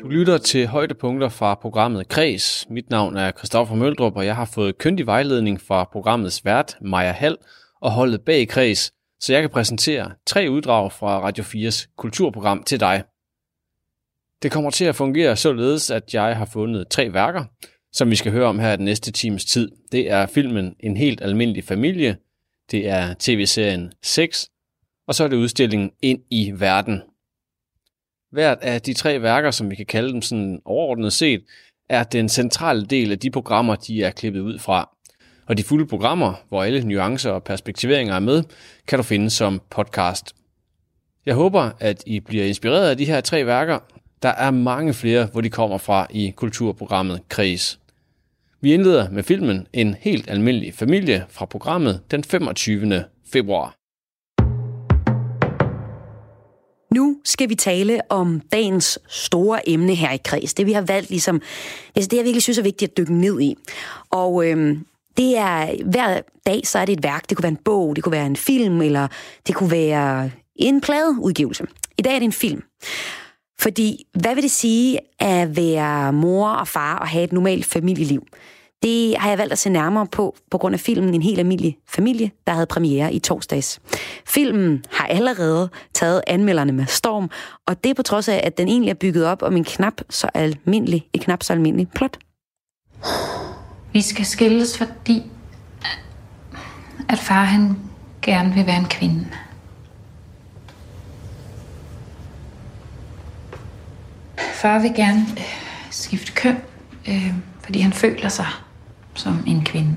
Du lytter til højdepunkter fra programmet Kreds. Mit navn er Christoffer Møldrup, og jeg har fået kyndig vejledning fra programmets vært, Maja Hall, og holdet bag Kreds, så jeg kan præsentere 3 uddrag fra Radio 4's kulturprogram til dig. Det kommer til at fungere således, at jeg har fundet 3 værker, som vi skal høre om her den næste times tid. Det er filmen En helt almindelig familie, det er tv-serien Sex, og så er det udstillingen Ind i verden. Hvert af de 3 værker, som vi kan kalde dem sådan overordnet set, er den centrale del af de programmer, de er klippet ud fra. Og de fulde programmer, hvor alle nuancer og perspektiveringer er med, kan du finde som podcast. Jeg håber, at I bliver inspireret af de her 3 værker. Der er mange flere, hvor de kommer fra i kulturprogrammet Kreds. Vi indleder med filmen En helt almindelig familie fra programmet den 25. februar. Nu skal vi tale om dagens store emne her i Kreds. Det vi har valgt ligesom, det jeg virkelig synes er vigtigt at dykke ned i. Og det er hver dag, så er det et værk. Det kunne være en bog, det kunne være en film, eller det kunne være en pladeudgivelse. I dag er det en film. Fordi, hvad vil det sige at være mor og far og have et normalt familieliv? Det har jeg valgt at se nærmere på grund af filmen En helt almindelig familie, der havde premiere i torsdags. Filmen har allerede taget anmelderne med storm, og det er på trods af, at den egentlig er bygget op om et knap så almindelig plot. Vi skal skilles, fordi at far han gerne vil være en kvinde. Far vil gerne skifte køn, fordi han føler sig som en kvinde.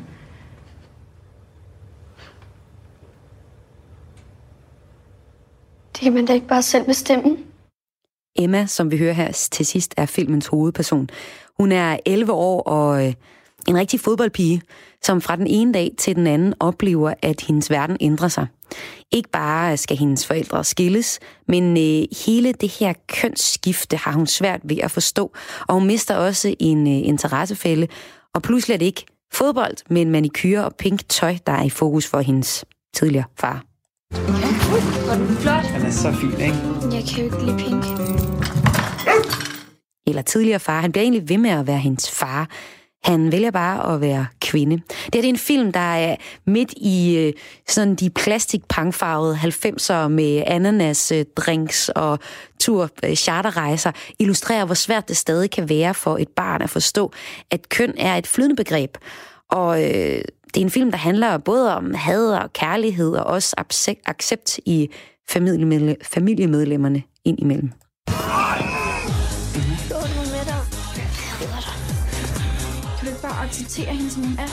Det kan man da ikke bare selv bestemme. Emma, som vi hører her til sidst, er filmens hovedperson. Hun er 11 år og en rigtig fodboldpige, som fra den ene dag til den anden oplever, at hendes verden ændrer sig. Ikke bare skal hendes forældre skilles, men hele det her kønsskifte har hun svært ved at forstå, og hun mister også en interessefælle, og pludselig er det ikke fodbold, men manikyre og pink tøj, der er i fokus for hendes tidligere far. Ja, hvor er den flot. Den er så fin, ikke? Jeg kan jo ikke lide pink. Eller tidligere far, han bliver egentlig ved med at være hendes far. Han vælger bare at være kvinde. Det er en film, der er midt i sådan de plastikpangfarvede 90'er med ananas-drinks og charterrejser, illustrerer, hvor svært det stadig kan være for et barn at forstå, at køn er et flydende begreb. Og det er en film, der handler både om had og kærlighed og også accept i familiemedlemmerne indimellem. Bare acceptere hende, som hun er.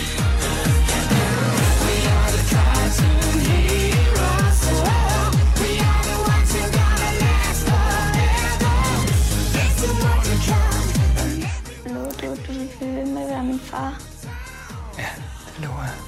Lover du, at du vil blive ved med at være min far? Ja, det lover jeg.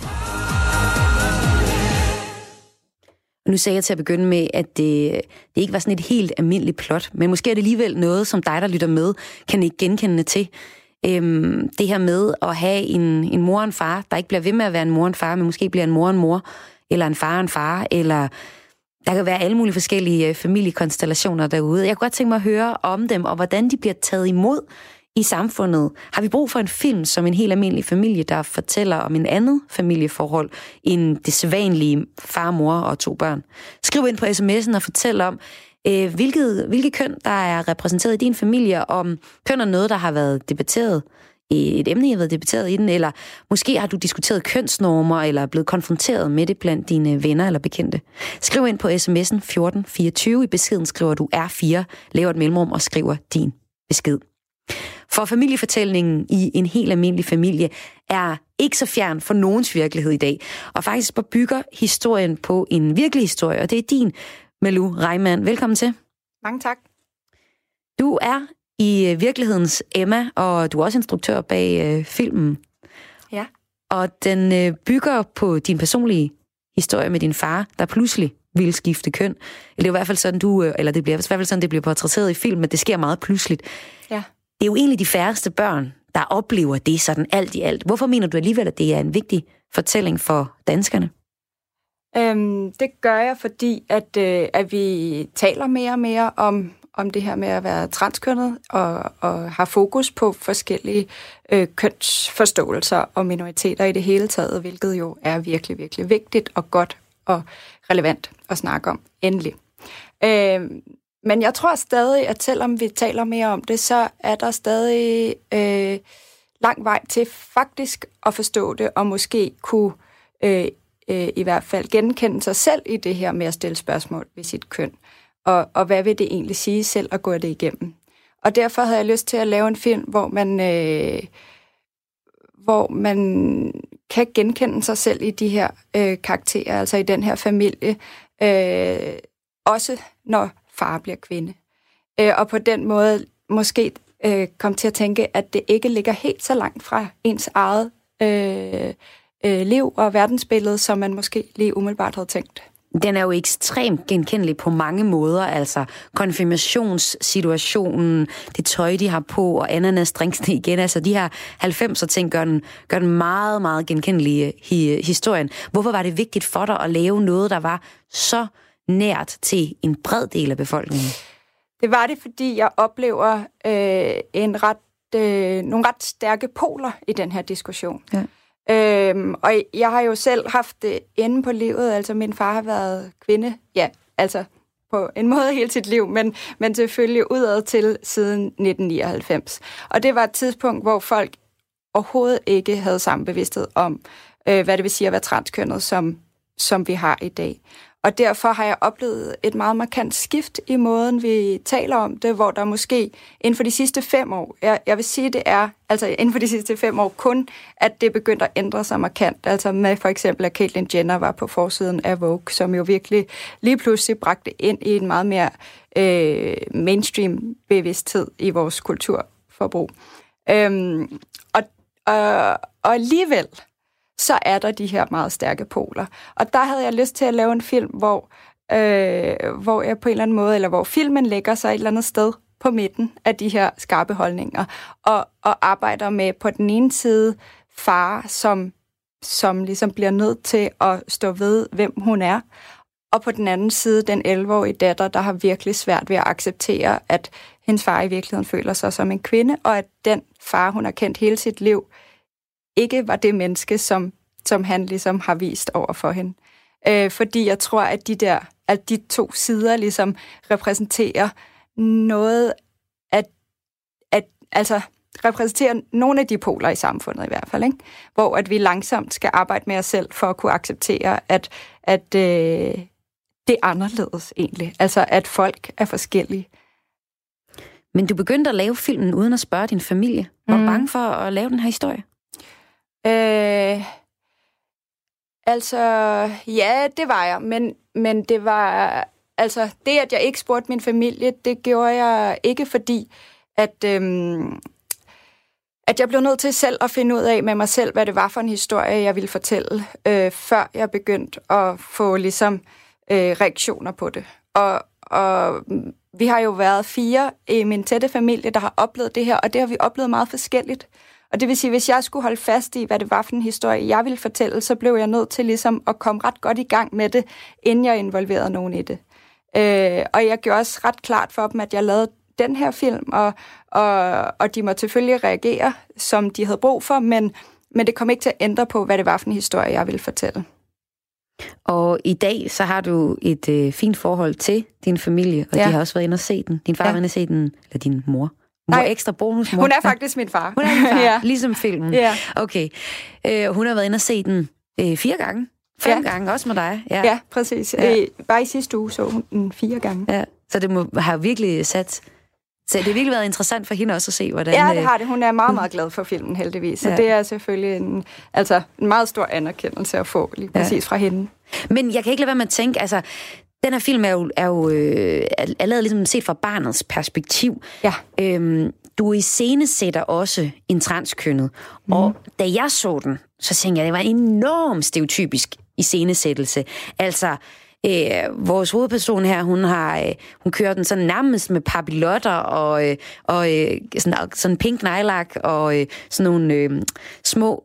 Nu sagde jeg til at begynde med, at det ikke var sådan et helt almindeligt plot, men måske er det alligevel noget, som dig, der lytter med, kan ikke genkende til. Det her med at have en mor og en far, der ikke bliver ved med at være en mor og en far, men måske bliver en mor og en mor, eller en far og en far, eller der kan være alle mulige forskellige familiekonstellationer derude. Jeg kunne godt tænke mig at høre om dem, og hvordan de bliver taget imod i samfundet. Har vi brug for en film som En helt almindelig familie, der fortæller om en andet familieforhold end det sædvanlige far, mor og 2 børn? Skriv ind på sms'en og fortæl om, hvilke køn, der er repræsenteret i din familie, om køn er noget, der har været debatteret, et emne, der har været debatteret i den, eller måske har du diskuteret kønsnormer, eller er blevet konfronteret med det blandt dine venner eller bekendte. Skriv ind på sms'en 1424, i beskeden skriver du R4, laver et mellemrum og skriver din besked. For familiefortællingen i En helt almindelig familie er ikke så fjern for nogens virkelighed i dag, og faktisk bygger historien på en virkelig historie, og det er din, Malou Reimann. Velkommen til. Mange tak. Du er i virkelighedens Emma, og du er også instruktør bag filmen. Ja. Og den bygger på din personlige historie med din far, der pludselig ville skifte køn. Det er i hvert fald sådan, det bliver i hvert fald sådan, det bliver portrætteret i filmen, at det sker meget pludseligt. Ja. Det er jo egentlig de færreste børn, der oplever det sådan alt i alt. Hvorfor mener du alligevel, at det er en vigtig fortælling for danskerne? Det gør jeg, fordi at vi taler mere og mere om det her med at være transkønnet og har fokus på forskellige kønsforståelser og minoriteter i det hele taget, hvilket jo er virkelig, virkelig vigtigt og godt og relevant at snakke om. Endelig. Men jeg tror stadig, at selvom vi taler mere om det, så er der stadig lang vej til faktisk at forstå det, og måske kunne i hvert fald genkende sig selv i det her med at stille spørgsmål ved sit køn. Og hvad vil det egentlig sige selv at gå det igennem? Og derfor havde jeg lyst til at lave en film, hvor man kan genkende sig selv i de her karakterer, altså i den her familie, også når far bliver kvinde. Og på den måde måske komme til at tænke, at det ikke ligger helt så langt fra ens eget liv og verdensbillede, som man måske lige umiddelbart havde tænkt. Den er jo ekstremt genkendelig på mange måder, altså konfirmationssituationen, det tøj, de har på, og ananasdrinksene igen, altså de her 90'er ting gør den meget, meget genkendelig historien. Hvorfor var det vigtigt for dig at lave noget, der var så nært til en bred del af befolkningen? Det var det, fordi jeg oplever nogle ret stærke poler i den her diskussion. Ja. Og jeg har jo selv haft det inde på livet, altså min far har været kvinde, ja, altså på en måde hele sit liv, men selvfølgelig udad til siden 1999. Og det var et tidspunkt, hvor folk overhovedet ikke havde samme bevidsthed om, hvad det vil sige at være transkønnet, som vi har i dag. Og derfor har jeg oplevet et meget markant skift i måden, vi taler om det, hvor der måske inden for de sidste 5 år, jeg vil sige, det er altså inden for de sidste 5 år kun, at det begyndte at ændre sig markant. Altså med for eksempel, at Caitlyn Jenner var på forsiden af Vogue, som jo virkelig lige pludselig bragte ind i en meget mere mainstream bevidsthed i vores kulturforbrug. Og alligevel så er der de her meget stærke poler. Og der havde jeg lyst til at lave en film, hvor jeg på en eller anden måde, eller hvor filmen lægger sig et eller andet sted på midten af de her skarpe holdninger, og arbejder med på den ene side far, som ligesom bliver nødt til at stå ved, hvem hun er, og på den anden side den 11-årige datter, der har virkelig svært ved at acceptere, at hendes far i virkeligheden føler sig som en kvinde, og at den far, hun har kendt hele sit liv, ikke var det menneske, som han ligesom har vist over for hende. Fordi jeg tror, at de to sider ligesom repræsenterer noget, altså repræsenterer nogle af de poler i samfundet i hvert fald, ikke? Hvor at vi langsomt skal arbejde med os selv for at kunne acceptere, at det er anderledes egentlig. Altså, at folk er forskellige. Men du begyndte at lave filmen uden at spørge din familie. Var du bange for at lave den her historie? Altså, ja, det var jeg, men det var, altså, det, at jeg ikke spurgte min familie, det gjorde jeg ikke, fordi at jeg blev nødt til selv at finde ud af med mig selv, hvad det var for en historie, jeg ville fortælle, før jeg begyndte at få ligesom reaktioner på det. Og vi har jo været 4 i min tætte familie, der har oplevet det her, og det har vi oplevet meget forskelligt. Og det vil sige, hvis jeg skulle holde fast i, hvad det var for en historie, jeg ville fortælle, så blev jeg nødt til ligesom at komme ret godt i gang med det, inden jeg involverede nogen i det. Og jeg gjorde også ret klart for dem, at jeg lavede den her film, og de måtte selvfølgelig reagere, som de havde brug for, men det kom ikke til at ændre på, hvad det var for en historie, jeg ville fortælle. Og i dag, så har du et fint forhold til din familie, og de har også været inde og se den. Din far har været inde og se den, eller din mor? Nej, ekstra bonusmor. Hun er faktisk min far. Hun er min far, ja. Ligesom filmen. Ja. Okay. Hun har været inde og se den 4 gange. 5 gange, også med dig. Ja, præcis. Ja. Bare i sidste uge så hun den 4 gange. Ja. Så det må have virkelig sat... Så det har virkelig været interessant for hende også at se, hvordan... Ja, det har det. Hun er meget, meget glad for filmen, heldigvis. Så det er selvfølgelig en meget stor anerkendelse at få lige præcis fra hende. Men jeg kan ikke lade være med at tænke, altså... Den her film er jo lavet ligesom set fra barnets perspektiv. Ja. Du iscenesætter også en transkønnet. Og da jeg så den, så tænkte jeg, at det var en enormt stereotypisk iscenesættelse. Altså, vores hovedperson her, hun kører den sådan nærmest med papillotter og sådan pink nejlak og sådan nogle små,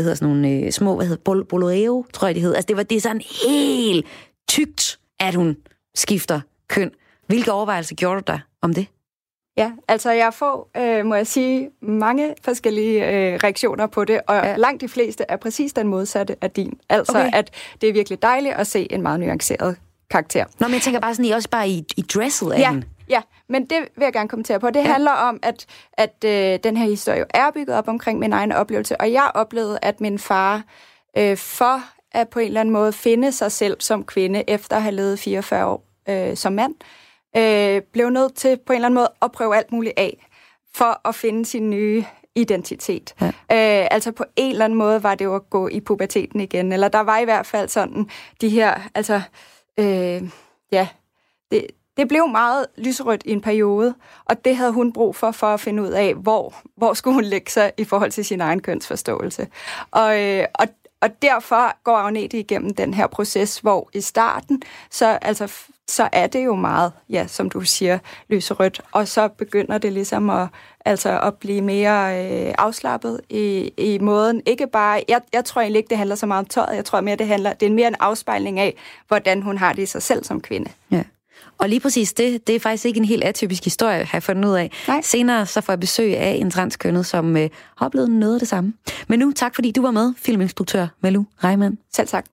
bolero, tror jeg det hedder. Altså, det er sådan helt tykt, at hun skifter køn. Hvilke overvejelser gjorde du dig om det? Ja, altså jeg får, må jeg sige, mange forskellige reaktioner på det, og langt de fleste er præcis den modsatte af din. Altså, at det er virkelig dejligt at se en meget nuanceret karakter. Nå, men jeg tænker bare sådan, I også bare i dresset af hende. Ja, men det vil jeg gerne kommentere på. Det handler om, at den her historie er bygget op omkring min egen oplevelse, og jeg oplevede, at min far for at på en eller anden måde finde sig selv som kvinde, efter at have levet 44 år som mand, blev nødt til på en eller anden måde at prøve alt muligt af, for at finde sin nye identitet. Ja. Altså på en eller anden måde var det jo at gå i puberteten igen, eller der var i hvert fald sådan de her, altså, det blev meget lyserødt i en periode, og det havde hun brug for at finde ud af, hvor skulle hun lægge sig i forhold til sin egen kønsforståelse. Og derfor går Agnete igennem den her proces, hvor i starten, så er det jo meget, ja, som du siger, lyserødt, og så begynder det ligesom at blive mere afslappet i måden. Ikke bare, jeg tror egentlig ikke, det handler så meget om tøjet, jeg tror mere, det er mere en afspejling af, hvordan hun har det i sig selv som kvinde. Ja. Og lige præcis det er faktisk ikke en helt atypisk historie, har jeg fundet ud af. Nej. Senere så får jeg besøg af en transkønnet, som har oplevet noget af det samme. Men nu, tak fordi du var med, filminstruktør Malou Reimann. Selv tak.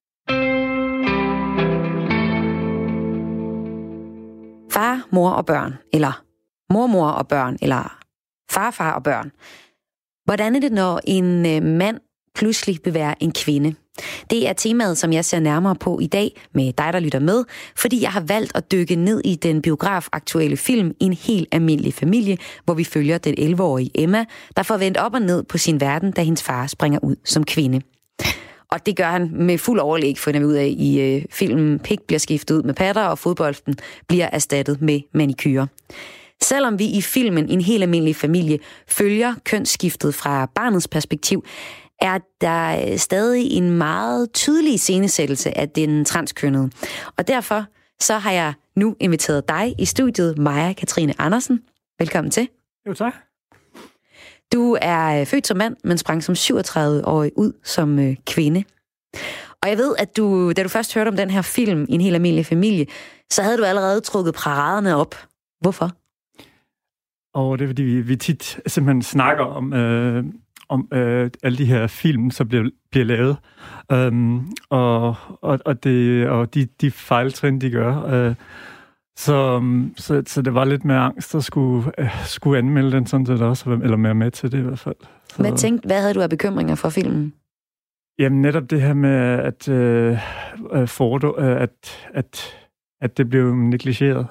Far, mor og børn, eller mormor og børn, eller farfar og børn. Hvordan er det, når en mand pludselig vil være en kvinde? Det er temaet, som jeg ser nærmere på i dag med dig, der lytter med, fordi jeg har valgt at dykke ned i den biografaktuelle film En helt almindelig familie, hvor vi følger den 11-årige Emma, der får vendt op og ned på sin verden, da hendes far springer ud som kvinde. Og det gør han med fuld overlæg, finder vi ud af i filmen. Pik bliver skiftet ud med patter, og fodbolden bliver erstattet med manikyre. Selvom vi i filmen En helt almindelig familie følger kønsskiftet fra barnets perspektiv, er der stadig en meget tydelig iscenesættelse af den transkønnede. Og derfor så har jeg nu inviteret dig i studiet, Maja Katrine Andersen. Velkommen til. Jo, tak. Du er født som mand, men sprang som 37-årig ud som kvinde. Og jeg ved, at da du først hørte om den her film, En helt almindelig familie, så havde du allerede trukket paraderne op. Hvorfor? Og det er, fordi vi tit simpelthen snakker om alle de her film, som bliver lavet, og de fejltrin, de gør. Så det var lidt med angst at skulle anmelde den sådan set også, eller være med til det i hvert fald. Hvad havde du af bekymringer for filmen? Jamen netop det her med, at det blev negligeret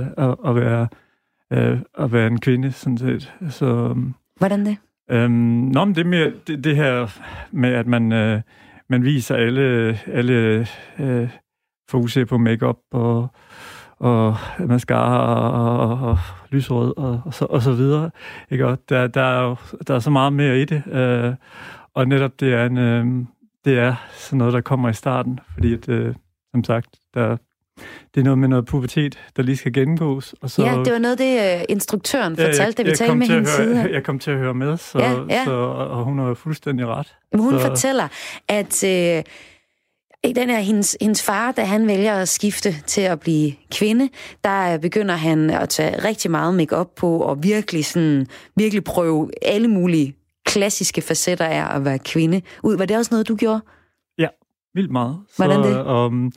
at være en kvinde, sådan set. Så, hvordan det? Men det er mere det her med, at man viser alle fokuserer på makeup og mascara og lysrød og så videre. Ikke? Og der er så meget mere i det. Og netop det er sådan noget, der kommer i starten, fordi at, som sagt, det er noget med noget pubertet, der lige skal gennemgås. Og så, ja, det var noget, det instruktøren fortalte, da vi talte med hendes side. Jeg kom til at høre med, og hun har fuldstændig ret. Jamen, hun fortæller, at den er hendes far, da han vælger at skifte til at blive kvinde, der begynder han at tage rigtig meget make-up på, og virkelig prøve alle mulige klassiske facetter af at være kvinde ud. Var det også noget, du gjorde? Ja, vildt meget. Hvordan det?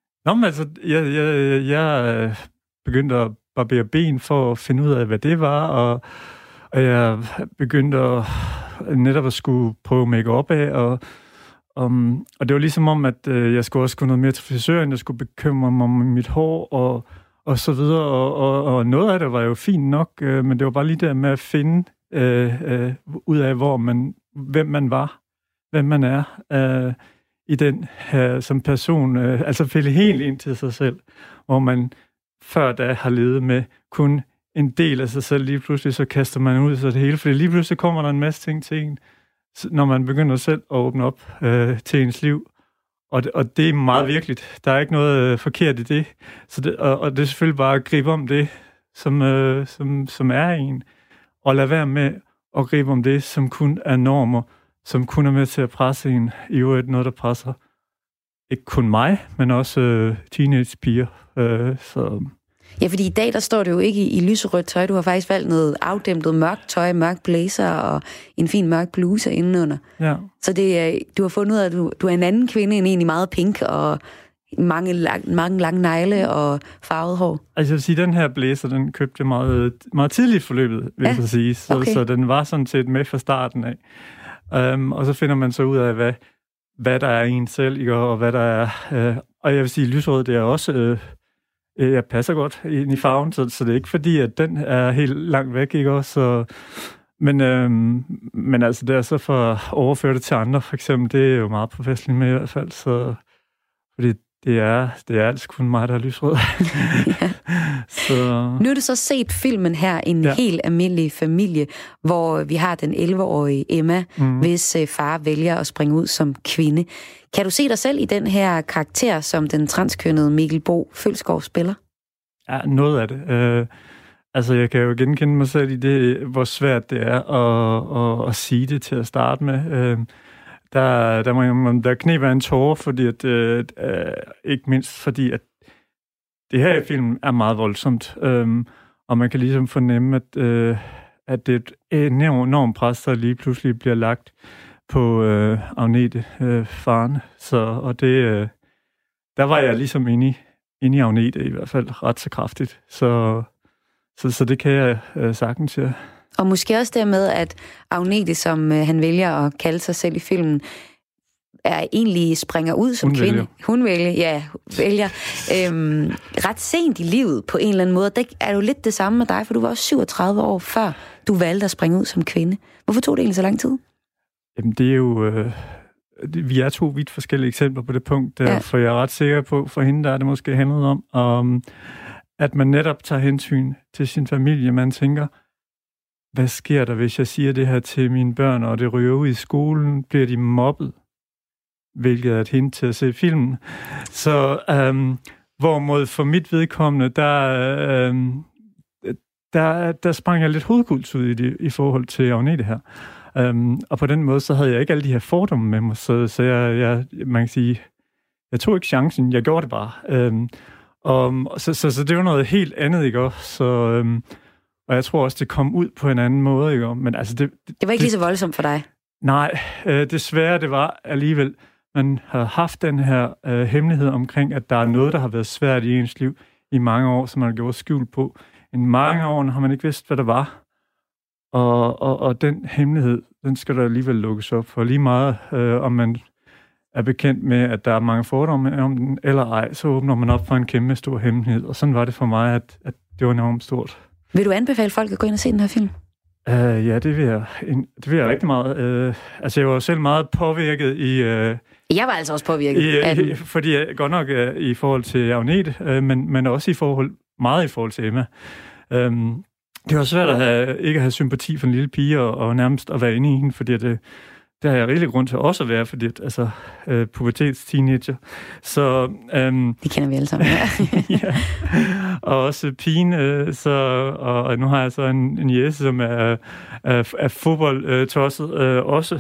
Jeg begyndte at barbere ben for at finde ud af, hvad det var, og jeg begyndte netop at skulle prøve make-up af, og det var ligesom om, at jeg skulle også gå noget mere til frisøren, jeg skulle bekymre mig om mit hår, og så videre, og noget af det var jo fint nok, men det var bare lige der med at finde ud af, hvem man var, hvem man er, i den som person, altså fælde helt ind til sig selv, hvor man før da har levet med kun en del af sig selv, lige pludselig så kaster man ud så det hele, fordi lige pludselig kommer der en masse ting til en, når man begynder selv at åbne op til ens liv, og det er meget virkeligt. Der er ikke noget forkert i det, og det er selvfølgelig bare at gribe om det, som er en, og lade være med at gribe om det, som kun er normer, som kun er med til at presse en, i øvrigt noget, der presser ikke kun mig, men også teenagepiger. Ja, fordi i dag, der står det jo ikke i lyserødt tøj. Du har faktisk valgt noget afdæmpet mørkt tøj, mørk blazer og en fin mørk bluse indenunder. Ja. Så du har fundet ud af, at du er en anden kvinde end egentlig meget pink og mange lange negle og farvet hår. Altså jeg vil sige, den her blæser, den købte jeg meget, meget tidligt i forløbet, vil jeg sige. Så den var sådan set med fra starten af. Og så finder man så ud af, hvad der er en selv, ikke? Og hvad der er... og jeg vil sige, lysrød, det er også... jeg passer godt ind i farven, så det er ikke fordi, at den er helt langt væk, ikke også? Men altså, det er så for at overføre det til andre, for eksempel, det er jo meget professionelt med i hvert fald, så... Fordi det er altså kun mig, der er lysrød. Så... Nu har du så set filmen her, En helt almindelig familie, hvor vi har den 11-årige Emma, hvis far vælger at springe ud som kvinde. Kan du se dig selv i den her karakter, som den transkønnede Mikkel Bo Følsgaard spiller? Ja, noget af det. Altså, jeg kan jo genkende mig selv i det, hvor svært det er at sige det til at starte med. Der kniber en tåre, fordi at, ikke mindst fordi, at det her i filmen er meget voldsomt, og man kan ligesom fornemme, at det er et enormt pres, der lige pludselig bliver lagt på Agnete, faren. Og det, der var jeg ligesom inde i Agnete i hvert fald ret så kraftigt. Så det kan jeg sagtens, ja. Og måske også dermed, at Agnete, som han vælger at kalde sig selv i filmen, egentlig springer ud som kvinde. Hun vælger ret sent i livet på en eller anden måde. Det er jo lidt det samme med dig, for du var også 37 år før du valgte at springe ud som kvinde. Hvorfor tog det egentlig så lang tid? Jamen, det er jo... vi er to vidt forskellige eksempler på det punkt, for jeg er ret sikker på, for hende der er det måske handlet om, at man netop tager hensyn til sin familie. Man tænker, hvad sker der, hvis jeg siger det her til mine børn, og det ryger ud i skolen, bliver de mobbet? Hvilket er et hint til at se filmen. Så hvorimod for mit vedkommende, der sprang jeg lidt hovedkuls ud i forhold til Agnete her. Og på den måde, så havde jeg ikke alle de her fordomme med mig, så jeg man kan sige, jeg tog ikke chancen, jeg gjorde det bare. Så det var noget helt andet, ikke også? Og jeg tror også, det kom ud på en anden måde, ikke? Men altså, det var ikke lige så voldsomt for dig? Nej, desværre det var alligevel. Man har haft den her hemmelighed omkring, at der er noget, der har været svært i ens liv i mange år, som man har gjort skjul på. I mange år har man ikke vidst, hvad der var. Og den hemmelighed, den skal der alligevel lukkes op for. Lige meget, om man er bekendt med, at der er mange fordomme om den, eller ej, så åbner man op for en kæmpe stor hemmelighed. Og sådan var det for mig, at det var enormt stort. Vil du anbefale folk at gå ind og se den her film? Ja, det vil jeg rigtig meget. Altså, jeg var selv meget påvirket i... Jeg var altså også påvirket. Fordi jeg godt nok i forhold til Agnete, men også i forhold til Emma. Det var svært ikke at have sympati for en lille pige og nærmest at være inde i hende, fordi det har jeg rigtig grund til også at være, fordi pubertetsteenager. Så det kender vi alle sammen. Ja. Og også pigen, og nu har jeg så en jæse, som er fodboldtosset også,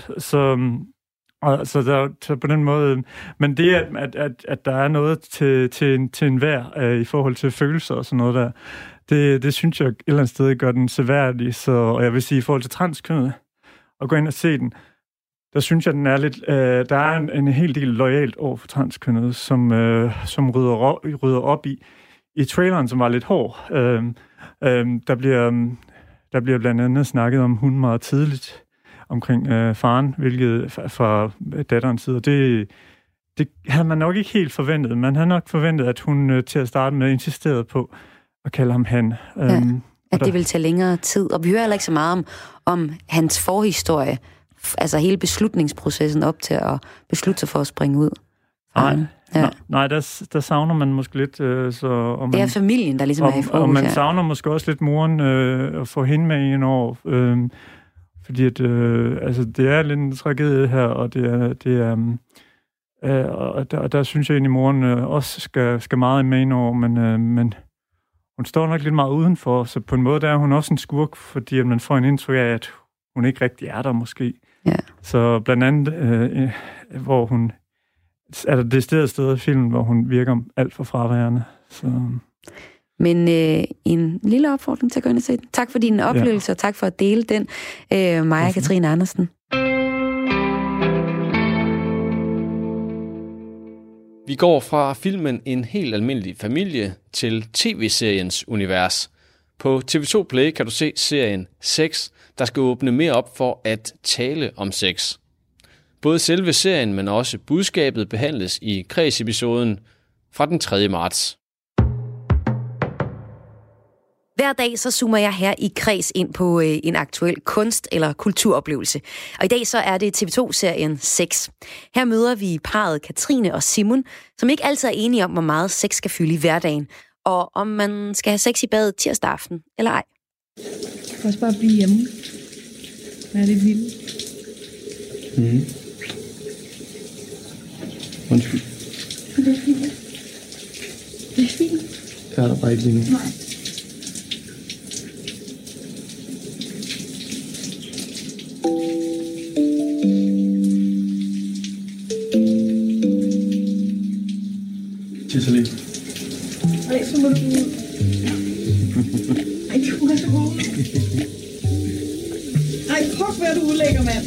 så på den måde. Men det, at der er noget til enhver i forhold til følelser og sådan noget der, det synes jeg et eller andet sted gør den seværdig. Og jeg vil sige, i forhold til transkønnet, at gå ind og se den, der synes jeg, den er lidt... der er en hel del loyalt over for transkønnet, som rydder op i traileren, som var lidt hård. Der bliver blandt andet snakket om hun meget tidligt omkring faren, hvilket fra datterens side. Det havde man nok ikke helt forventet. Man havde nok forventet, at hun til at starte med insisterede på at kalde ham han. At det ville tage længere tid. Og vi hører heller ikke så meget om hans forhistorie. Altså hele beslutningsprocessen op til at beslutte sig for at springe ud. Nej, der savner man måske lidt... det er familien, der ligesom er i fokus. Og man savner måske også lidt moren at få hende med ind over. Fordi at, det er lidt en tragedie her, og og der synes jeg egentlig, at moren også skal meget med ind over, men hun står nok lidt meget udenfor, så på en måde der er hun også en skurk, fordi at man får en indtryk af, at hun ikke rigtig er der måske. Ja. Så blandt andet, hvor hun... Er der det sted i filmen, hvor hun virker alt for fraværende. Så. Men en lille opfordring til at gå ind og se den. Tak for din oplevelse, og tak for at dele den, Maja Katrine Andersen. Vi går fra filmen En helt almindelig familie til tv-seriens univers. På TV2 Play kan du se serien Sex, der skal åbne mere op for at tale om sex. Både selve serien, men også budskabet behandles i Kreds-episoden fra den 3. marts. Hver dag så zoomer jeg her i Kreds ind på en aktuel kunst- eller kulturoplevelse. Og i dag så er det TV2-serien Sex. Her møder vi parret Katrine og Simon, som ikke altid er enige om, hvor meget sex skal fylde i hverdagen, og om man skal have sex i badet tirsdag aften eller ej. Jeg kan også bare blive hjemme. Hvad er det vildt? Undskyld. Det er fint. Det er fint. Jeg er der bare ikke lige nu. Nej. Tisser lige. Ej, så må du ud. Ej, du er så god. Ej, fuck, hvor er du ulækker, mand.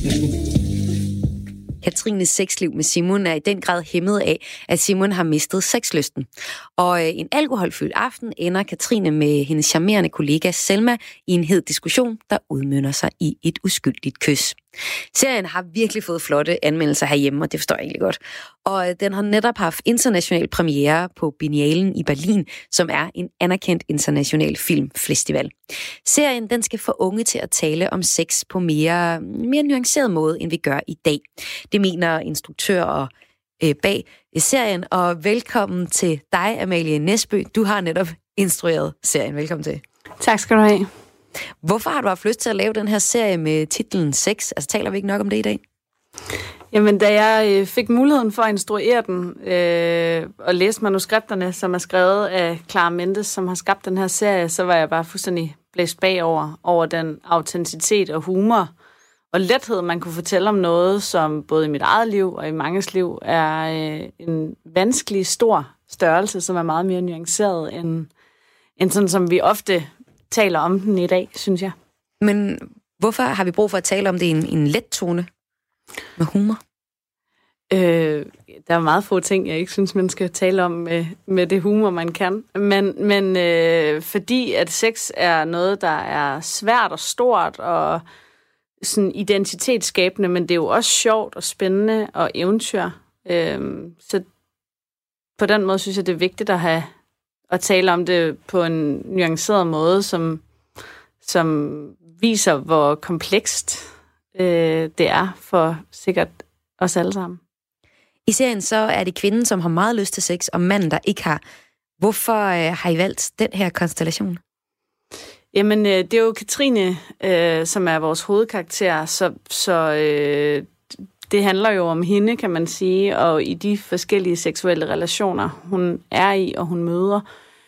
Katrines sexliv med Simon er i den grad hæmmet af, at Simon har mistet sexlysten. Og en alkoholfyldt aften ender Katrine med hendes charmerende kollega Selma i en hed diskussion, der udmønter sig i et uskyldigt kys. Serien har virkelig fået flotte anmeldelser herhjemme, og det forstår jeg egentlig godt. Og den har netop haft international premiere på Biennalen i Berlin, som er en anerkendt international filmfestival. Serien den skal få unge til at tale om sex på mere nuanceret måde, end vi gør i dag. Det mener instruktør og bag serien, og velkommen til dig, Amalie Næsbø. Du har netop instrueret serien. Velkommen til. Tak skal du have. Hvorfor har du haft lyst til at lave den her serie med titlen Sex? Altså, taler vi ikke nok om det i dag? Jamen, da jeg fik muligheden for at instruere den og læse manuskripterne, som er skrevet af Clara Mendes, som har skabt den her serie, så var jeg bare fuldstændig blæst bagover over den autenticitet og humor og lethed, man kunne fortælle om noget, som både i mit eget liv og i manges liv er en vanskelig, stor størrelse, som er meget mere nuanceret end sådan, som vi ofte taler om den i dag, synes jeg. Men hvorfor har vi brug for at tale om det i en let tone med humor? Der er meget få ting, jeg ikke synes, man skal tale om med det humor, man kan. Men fordi at sex er noget, der er svært og stort og sådan identitetsskabende, men det er jo også sjovt og spændende og eventyr. Så på den måde synes jeg, det er vigtigt at tale om det på en nuanceret måde, som viser, hvor komplekst det er for sikkert os alle sammen. I serien så er det kvinden, som har meget lyst til sex, og manden, der ikke har. Hvorfor har I valgt den her konstellation? Jamen, det er jo Katrine, som er vores hovedkarakter, så det handler jo om hende, kan man sige, og i de forskellige seksuelle relationer, hun er i og hun møder.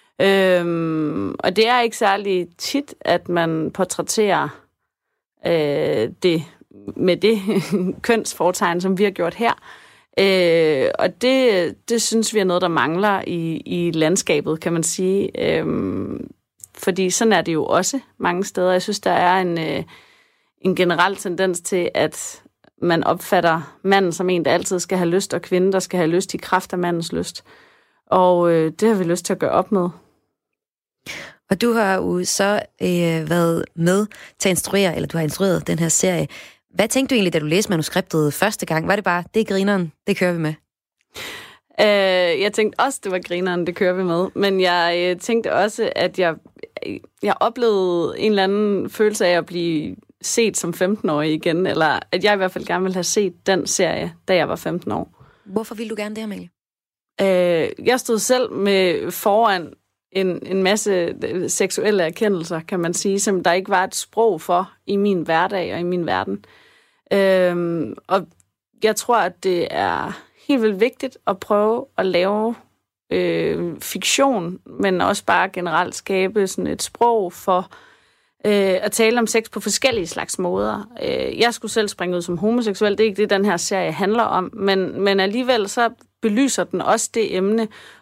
Og det er ikke særlig tit, at man portrætterer det med det kønsfortegn, som vi har gjort her. Og det synes vi er noget, der mangler i landskabet, kan man sige. Fordi sådan er det jo også mange steder. Jeg synes, der er en generel tendens til, at man opfatter manden som en, der altid skal have lyst, og kvinden, der skal have lyst i kraft af mandens lyst. Og det har vi lyst til at gøre op med. Og du har jo så været med til at instruere, eller du har instrueret den her serie. Hvad tænkte du egentlig, da du læste manuskriptet første gang? Var det bare, det er grineren, det kører vi med? Jeg tænkte også, det var grineren, det kører vi med. Men jeg tænkte også, at jeg oplevede en eller anden følelse af at blive set som 15-årig igen, eller at jeg i hvert fald gerne ville have set den serie, da jeg var 15 år. Hvorfor ville du gerne det, Amalie? Jeg stod selv med foran en masse seksuelle erkendelser, kan man sige, som der ikke var et sprog for i min hverdag og i min verden. Og jeg tror, at det er helt vildt vigtigt at prøve at lave fiktion, men også bare generelt skabe sådan et sprog for at tale om sex på forskellige slags måder. Jeg skulle selv springe ud som homoseksuel, det er ikke det, den her serie handler om, men alligevel så belyser den også det emne,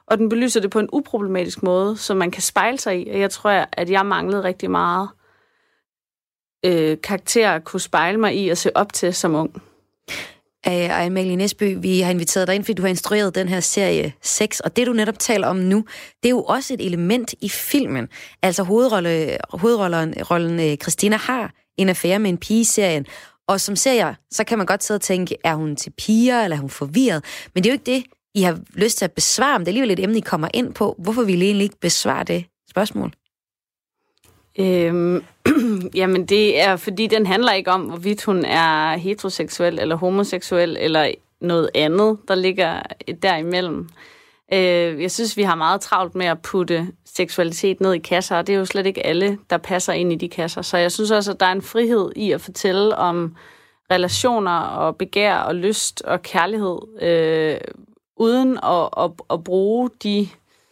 Og den belyser det på en uproblematisk måde, som man kan spejle sig i. Og jeg tror, at jeg manglede rigtig meget karakterer at kunne spejle mig i og se op til som ung. Og Amalie Næsby, vi har inviteret dig ind, fordi du har instrueret den her serie 6, og det du netop taler om nu, det er jo også et element i filmen. Altså hovedrollen Christina har en affære med en pige i serien, og som seer, så kan man godt sidde og tænke, er hun til piger, eller er hun forvirret? Men det er jo ikke det, I har lyst til at besvare, men det er alligevel et emne, I kommer ind på. Hvorfor vil I egentlig ikke besvare det spørgsmål? Jamen det er, fordi den handler ikke om, hvorvidt hun er heteroseksuel eller homoseksuel eller noget andet, der ligger derimellem. Jeg synes, vi har meget travlt med at putte seksualitet ned i kasser, og det er jo slet ikke alle, der passer ind i de kasser. Så jeg synes også, at der er en frihed i at fortælle om relationer og begær og lyst og kærlighed, uden at bruge de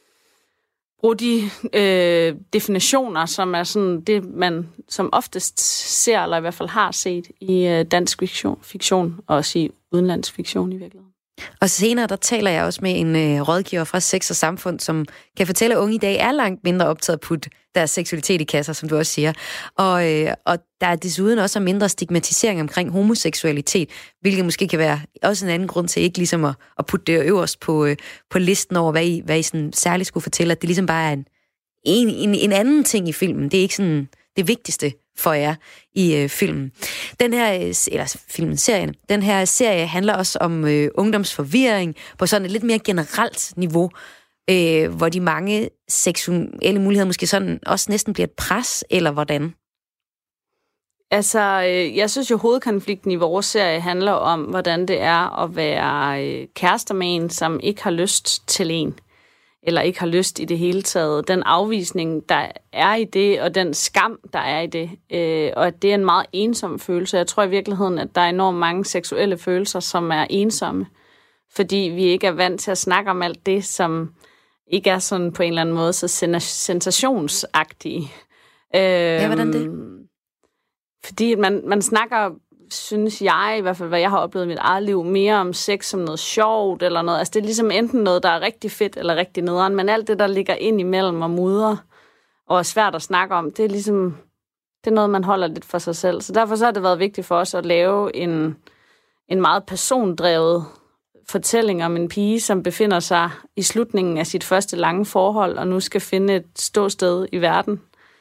definitioner, som er sådan det, man som oftest ser, eller i hvert fald har set i dansk fiktion, og også i udenlandsk fiktion i virkeligheden. Og senere, der taler jeg også med en rådgiver fra Sex og Samfund, som kan fortælle, at unge i dag er langt mindre optaget at putte deres seksualitet i kasser, som du også siger. Og der er desuden også mindre stigmatisering omkring homoseksualitet, hvilket måske kan være også en anden grund til ikke ligesom at putte det øverst på listen over, hvad I sådan særligt skulle fortælle, at det ligesom bare er en anden ting i filmen. Det er ikke sådan det vigtigste for jer i filmen. Filmserien. Den her serie handler også om ungdomsforvirring på sådan et lidt mere generelt niveau, hvor de mange seksuelle muligheder måske sådan også næsten bliver et pres, eller hvordan? Altså, jeg synes jo, hovedkonflikten i vores serie handler om, hvordan det er at være kærester med en, som ikke har lyst til en, eller ikke har lyst i det hele taget. Den afvisning, der er i det, og den skam, der er i det, og at det er en meget ensom følelse. Jeg tror i virkeligheden, at der er enormt mange seksuelle følelser, som er ensomme, fordi vi ikke er vant til at snakke om alt det, som ikke er sådan på en eller anden måde så sensationsagtige. Ja, hvordan det? Fordi man snakker, synes jeg, i hvert fald hvad jeg har oplevet i mit eget liv, mere om sex som noget sjovt eller noget. Altså det er ligesom enten noget, der er rigtig fedt eller rigtig nederen, men alt det, der ligger ind imellem og mudrer og er svært at snakke om, det er ligesom, det er noget, man holder lidt for sig selv. Så derfor så har det været vigtigt for os at lave en meget persondrevet fortælling om en pige, som befinder sig i slutningen af sit første lange forhold, og nu skal finde et ståsted i verden.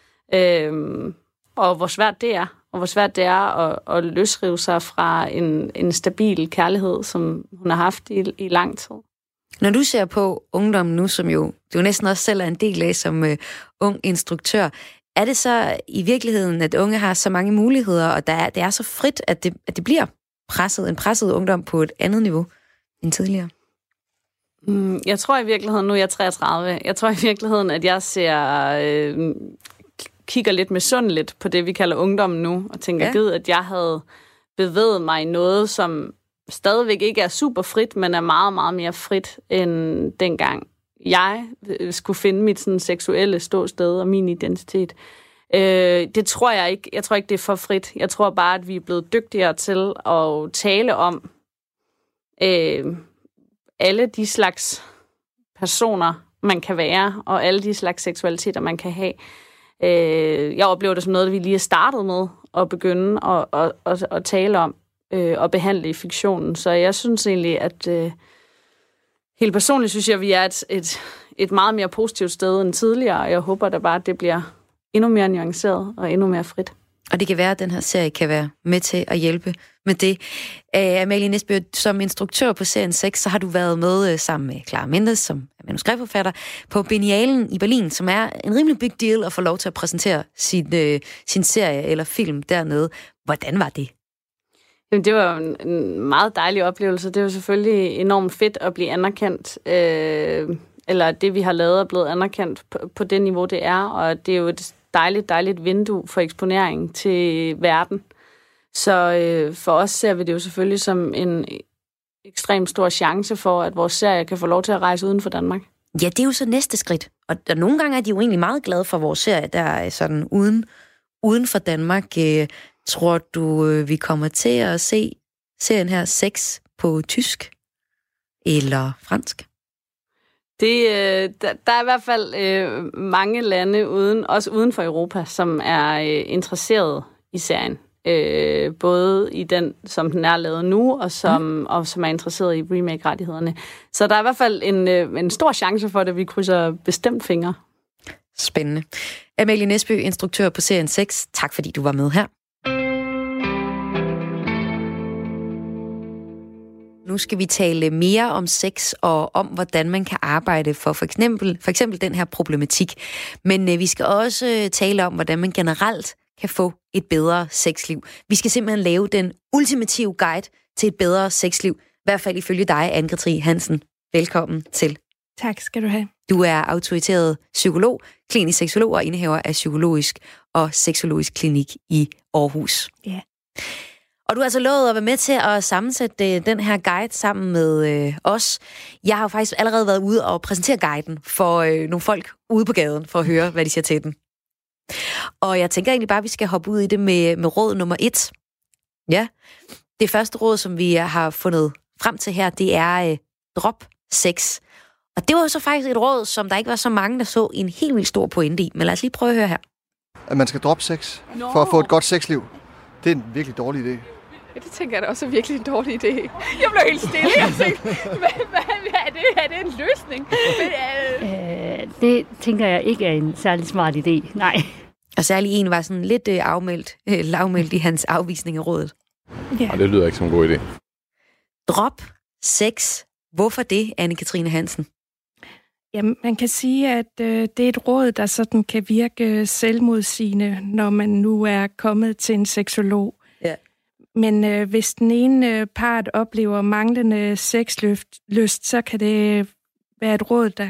Og hvor svært det er, og hvor svært det er at løsrive sig fra en stabil kærlighed, som hun har haft i lang tid. Når du ser på ungdommen nu, som jo du næsten også selv er en del af som ung instruktør, er det så i virkeligheden, at unge har så mange muligheder, og det er så frit, at det bliver en presset ungdom på et andet niveau end tidligere? Jeg tror i virkeligheden, nu er jeg 33, jeg tror i virkeligheden, at jeg kigger lidt misundeligt på det, vi kalder ungdommen nu, og tænker, gid, at jeg havde bevæget mig i noget, som stadigvæk ikke er super frit, men er meget, meget mere frit, end dengang jeg skulle finde mit sådan seksuelle ståsted og min identitet. Det tror jeg ikke. Jeg tror ikke, det er for frit. Jeg tror bare, at vi er blevet dygtigere til at tale om alle de slags personer, man kan være, og alle de slags seksualiteter, man kan have. Jeg oplever det som noget, vi lige er startet med at begynde at tale om og behandle i fiktionen. Så jeg synes egentlig, at helt personligt synes jeg, at vi er et meget mere positivt sted end tidligere, og jeg håber da bare, at det bliver endnu mere nuanceret og endnu mere frit. Og det kan være, at den her serie kan være med til at hjælpe med det. Amalie Næsby, som instruktør på serien 6, så har du været med sammen med Clara Mendes, som er manuskriptforfatter, på Biennalen i Berlin, som er en rimelig big deal at få lov til at præsentere sin serie eller film dernede. Hvordan var det? Jamen, det var en meget dejlig oplevelse. Det var selvfølgelig enormt fedt at blive anerkendt, eller det, vi har lavet, er blevet anerkendt på det niveau, det er, og det er jo et dejligt vindue for eksponering til verden. Så for os ser vi det jo selvfølgelig som en ekstremt stor chance for, at vores serie kan få lov til at rejse uden for Danmark. Ja, det er jo så næste skridt. Og nogle gange er de jo egentlig meget glade for vores serie, der er sådan uden for Danmark. Tror du, vi kommer til at se serien her 6 på tysk eller fransk? Der er i hvert fald mange lande, også uden for Europa, som er interesseret i serien. Både i den, som den er lavet nu, og som er interesseret i remake-rettighederne. Så der er i hvert fald en stor chance for det, vi krydser bestemt fingre. Spændende. Amalie Næsby, instruktør på serien 6. Tak fordi du var med her. Nu skal vi tale mere om sex og om, hvordan man kan arbejde for eksempel den her problematik. Men vi skal også tale om, hvordan man generelt kan få et bedre sexliv. Vi skal simpelthen lave den ultimative guide til et bedre sexliv. I hvert fald ifølge dig, Anne-Katrin Hansen. Velkommen til. Tak skal du have. Du er autoriseret psykolog, klinisk seksolog og indehaver af Psykologisk og Seksologisk Klinik i Aarhus. Ja. Og du har altså lovet at være med til at sammensætte den her guide sammen med os. Jeg har jo faktisk allerede været ude og præsentere guiden for nogle folk ude på gaden, for at høre, hvad de siger til den. Og jeg tænker egentlig bare, at vi skal hoppe ud i det med råd nummer 1. Ja, det første råd, som vi har fundet frem til her, det er drop sex. Og det var jo så faktisk et råd, som der ikke var så mange, der så en helt vildt stor pointe i. Men lad os lige prøve at høre her. At man skal droppe sex for at få et godt sexliv. Det er en virkelig dårlig idé. Ja, det tænker jeg da også er virkelig en dårlig idé. Jeg blev helt stille. Jeg tænkte, er det en løsning? Det tænker jeg ikke er en særlig smart idé, nej. Og særlig en var sådan lidt lavmældt i hans afvisning af rådet. Ja. Og det lyder ikke som en god idé. Drop sex. Hvorfor det, Anne-Katrin Hansen? Jamen, man kan sige, at det er et råd, der sådan kan virke selvmodsigende, når man nu er kommet til en seksolog. Ja. Men hvis den ene part oplever manglende sexlyst, så kan det være et råd,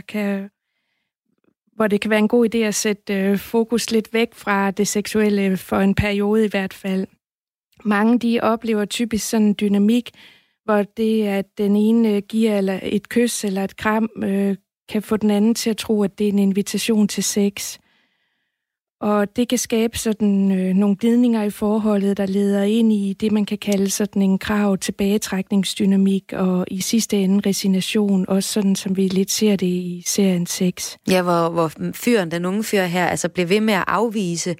hvor det kan være en god idé at sætte fokus lidt væk fra det seksuelle for en periode i hvert fald. Mange de oplever typisk sådan en dynamik, hvor det, at den ene giver eller et kys eller et kram, kan få den anden til at tro, at det er en invitation til sex. Og det kan skabe sådan nogle glidninger i forholdet, der leder ind i det, man kan kalde sådan en krav-tilbagetrækningsdynamik, og i sidste ende resignation, også sådan som vi lidt ser det i serien 6. Ja, hvor den unge fyr her, altså bliver ved med at afvise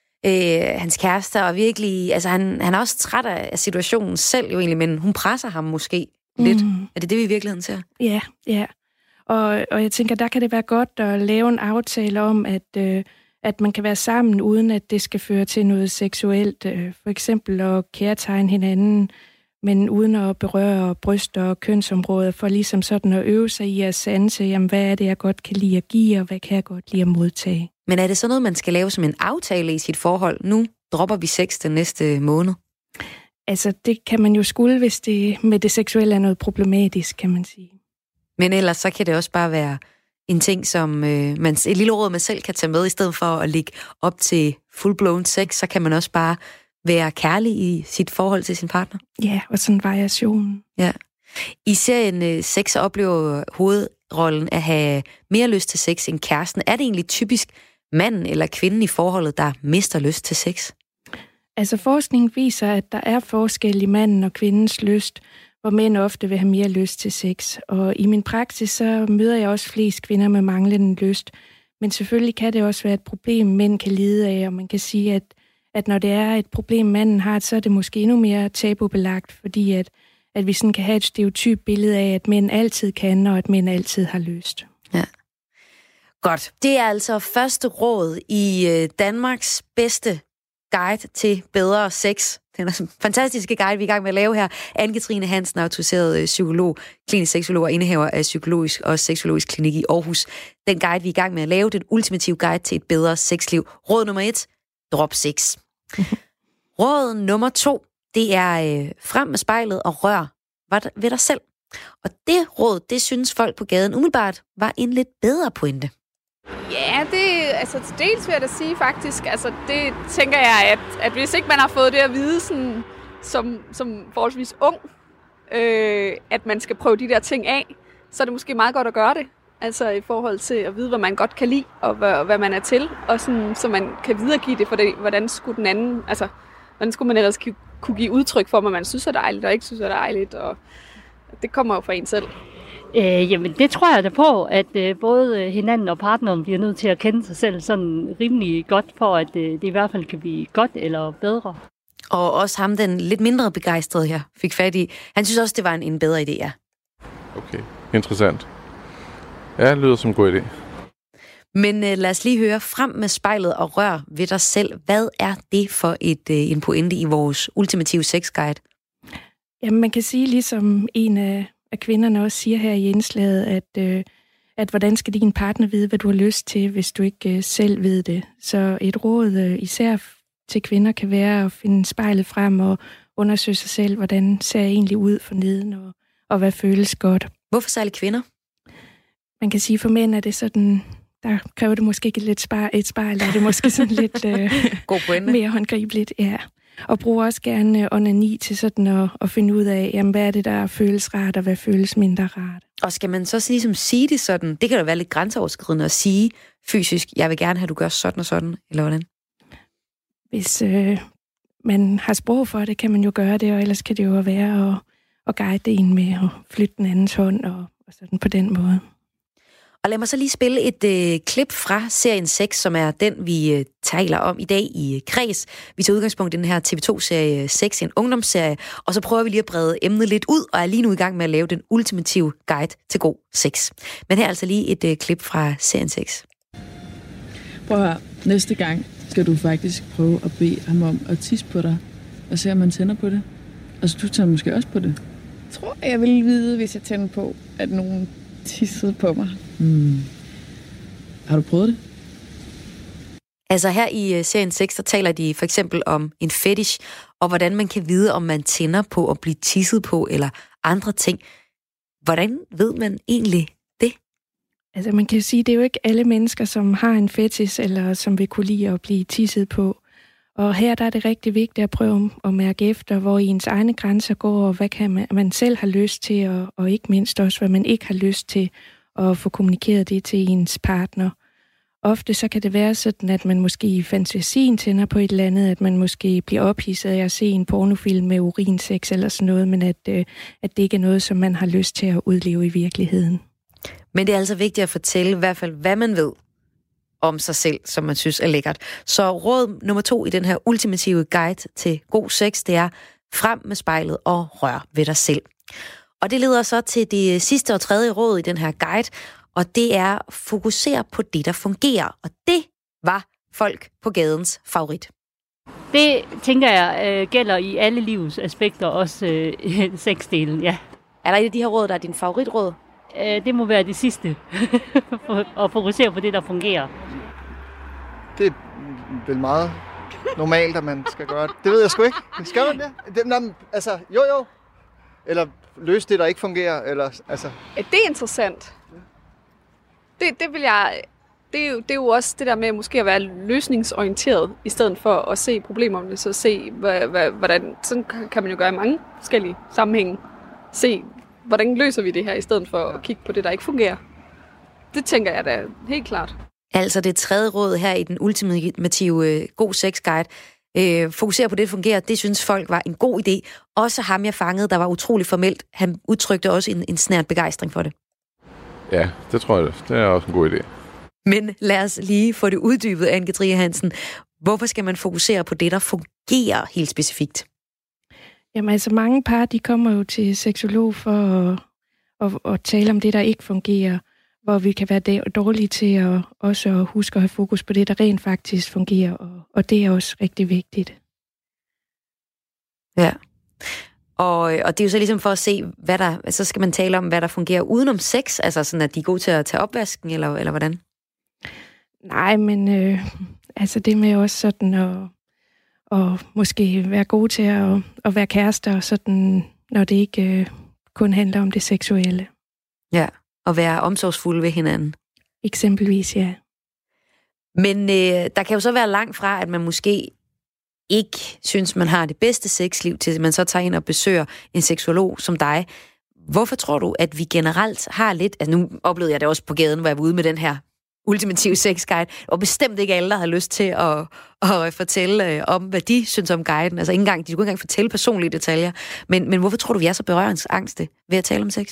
hans kæreste, og virkelig, altså han er også træt af situationen selv jo egentlig, men hun presser ham måske lidt. Er det det, vi i virkeligheden ser? Ja. Og jeg tænker, der kan det være godt at lave en aftale om, at man kan være sammen, uden at det skal føre til noget seksuelt. For eksempel at kærtegne hinanden, men uden at berøre bryster og kønsområder, for ligesom sådan at øve sig i at sanse, jamen, hvad er det, jeg godt kan lide at give, og hvad kan jeg godt lide at modtage. Men er det så noget, man skal lave som en aftale i sit forhold? Nu dropper vi sex den næste måned. Altså, det kan man jo skulle, hvis det med det seksuelle er noget problematisk, kan man sige. Men ellers så kan det også bare være en ting, som et lille råd, man selv kan tage med, i stedet for at ligge op til full-blown sex, så kan man også bare være kærlig i sit forhold til sin partner. Ja, og sådan en variation. Ja. I serien 6 oplever hovedrollen at have mere lyst til sex end kæresten. Er det egentlig typisk manden eller kvinden i forholdet, der mister lyst til sex? Altså forskning viser, at der er forskel i manden og kvindens lyst, hvor mænd ofte vil have mere lyst til sex. Og i min praksis, så møder jeg også flest kvinder med manglende lyst. Men selvfølgelig kan det også være et problem, mænd kan lide af, og man kan sige, at når det er et problem, manden har, så er det måske endnu mere tabubelagt, fordi at vi sådan kan have et stereotyp billede af, at mænd altid kan, og at mænd altid har lyst. Ja. Godt. Det er altså første råd i Danmarks bedste guide til bedre sex. Den er en fantastiske guide, vi er i gang med at lave her. Anne-Katrin Hansen, autoriseret psykolog, klinisk seksolog og indehaver af Psykologisk og Seksologisk Klinik i Aarhus. Den guide, vi er i gang med at lave, den ultimative guide til et bedre sexliv. Råd nummer 1, drop sex. Råd nummer 2, det er frem med spejlet og rør ved dig selv. Og det råd, det synes folk på gaden umiddelbart var en lidt bedre pointe. Ja, til dels vil jeg da sige faktisk, altså det tænker jeg, at hvis ikke man har fået det at vide sådan, som forholdsvis ung, at man skal prøve de der ting af, så er det måske meget godt at gøre det. Altså i forhold til at vide, hvad man godt kan lide, og hvad man er til, og sådan, så man kan videregive det, for det, hvordan skulle den anden, altså hvordan skulle man ellers kunne give udtryk for, hvad man synes er dejligt, og ikke synes er dejligt, og det kommer jo fra en selv. Jamen, det tror jeg da på, at både hinanden og partneren bliver nødt til at kende sig selv sådan rimelig godt, for at det i hvert fald kan blive godt eller bedre. Og også ham, den lidt mindre begejstrede her, fik fat i. Han synes også, det var en bedre idé, ja. Okay, interessant. Ja, det lyder som en god idé. Men lad os lige høre frem med spejlet og rør ved dig selv. Hvad er det for en pointe i vores ultimative sexguide? Jamen, man kan sige, ligesom en af kvinderne også siger her i indslaget, at hvordan skal din partner vide, hvad du har lyst til, hvis du ikke selv ved det. Så et råd især til kvinder kan være at finde spejlet frem og undersøge sig selv, hvordan ser jeg egentlig ud for neden, og hvad føles godt. Hvorfor særligt kvinder? Man kan sige, for mænd er det sådan, der kræver det måske ikke et spejl, der er det måske sådan lidt mere håndgribeligt, ja. Og bruger også gerne onani til sådan at finde ud af, jamen, hvad er det, der føles rart, og hvad føles mindre rart. Og skal man så ligesom sige det sådan, det kan da være lidt grænseoverskridende at sige fysisk, jeg vil gerne have, at du gør sådan og sådan, eller hvordan? Hvis man har sprog for det, kan man jo gøre det, og ellers kan det jo være at guide en med at flytte den andens hånd, og sådan på den måde. Og lad mig så lige spille et klip fra serien 6, som er den, vi taler om i dag i Kreds. Vi tager udgangspunkt i den her TV2-serie 6, en ungdomsserie, og så prøver vi lige at brede emnet lidt ud, og er lige nu i gang med at lave den ultimative guide til god sex. Men her er altså lige et klip fra serien 6. Prøv at høre, næste gang skal du faktisk prøve at bede ham om at tisse på dig, og se om man tænder på det. Altså, du tænder måske også på det. Jeg tror, jeg vil vide, hvis jeg tænder på, at nogen tissede på mig. Har du prøvet det? Altså her i serien 6, der taler de for eksempel om en fetish, og hvordan man kan vide, om man tænder på at blive tisset på, eller andre ting. Hvordan ved man egentlig det? Altså man kan sige, det er jo ikke alle mennesker, som har en fetish, eller som vil kunne lide at blive tisset på. Og her der er det rigtig vigtigt at prøve at mærke efter, hvor ens egne grænser går, og hvad kan man selv har lyst til, og ikke mindst også, hvad man ikke har lyst til, og få kommunikeret det til ens partner. Ofte så kan det være sådan, at man måske i fantasien tænder på et eller andet, at man måske bliver ophidset af at se en pornofilm med urinsex eller sådan noget, men at det ikke er noget, som man har lyst til at udleve i virkeligheden. Men det er altså vigtigt at fortælle i hvert fald, hvad man ved om sig selv, som man synes er lækkert. Så råd nummer 2 i den her ultimative guide til god sex, det er frem med spejlet og rør ved dig selv. Og det leder så til det sidste og tredje råd i den her guide, og det er fokusere på det, der fungerer. Og det var folk på gadens favorit. Det, tænker jeg, gælder i alle livets aspekter, også sexdelen, ja. Er der et af de her råd, der er din favoritråd? Det må være det sidste. At fokusere på det, der fungerer. Det er vel meget normalt, at man skal gøre det. Det ved jeg sgu ikke. Skal man det? Altså, jo. Eller løse det, der ikke fungerer. Eller, altså. Det er interessant. Det vil jeg... Det er jo også det der med måske at være løsningsorienteret, i stedet for at se problemerne, så se, hvordan... Sådan kan man jo gøre i mange forskellige sammenhænge. Se, hvordan løser vi det her, i stedet for at kigge på det, der ikke fungerer. Det tænker jeg da helt klart. Altså det tredje råd her i den ultimative god sex guide. Fokusere på det, der fungerer. Det synes folk var en god idé. Også ham, jeg fangede, der var utrolig formelt. Han udtrykte også en snert begejstring for det. Ja, det tror jeg. Det er også en god idé. Men lad os lige få det uddybet, Anne-Kathrine Hansen. Hvorfor skal man fokusere på det, der fungerer helt specifikt? Jamen altså mange par, de kommer jo til seksolog for at tale om det, der ikke fungerer, hvor vi kan være dårlige til at også huske at have fokus på det, der rent faktisk fungerer, og det er også rigtig vigtigt. Ja, og det er jo så ligesom for at se, hvad der, så skal man tale om, hvad der fungerer udenom sex, altså sådan, at de er gode til at tage opvasken, eller hvordan? Nej, men altså det med også sådan og måske være gode til at være kærester, sådan, når det ikke kun handler om det seksuelle. Ja, og være omsorgsfulde ved hinanden. Eksempelvis, ja. Men der kan jo så være langt fra, at man måske ikke synes, man har det bedste sexliv, til man så tager ind og besøger en seksolog som dig. Hvorfor tror du, at vi generelt har lidt... Altså nu oplevede jeg det også på gaden, hvor jeg var ude med den her ultimative sexguide, og bestemt ikke alle, der har lyst til at fortælle om, hvad de synes om guiden. Altså de kunne ikke engang fortælle personlige detaljer. Men hvorfor tror du, vi er så berøringsangste ved at tale om sex?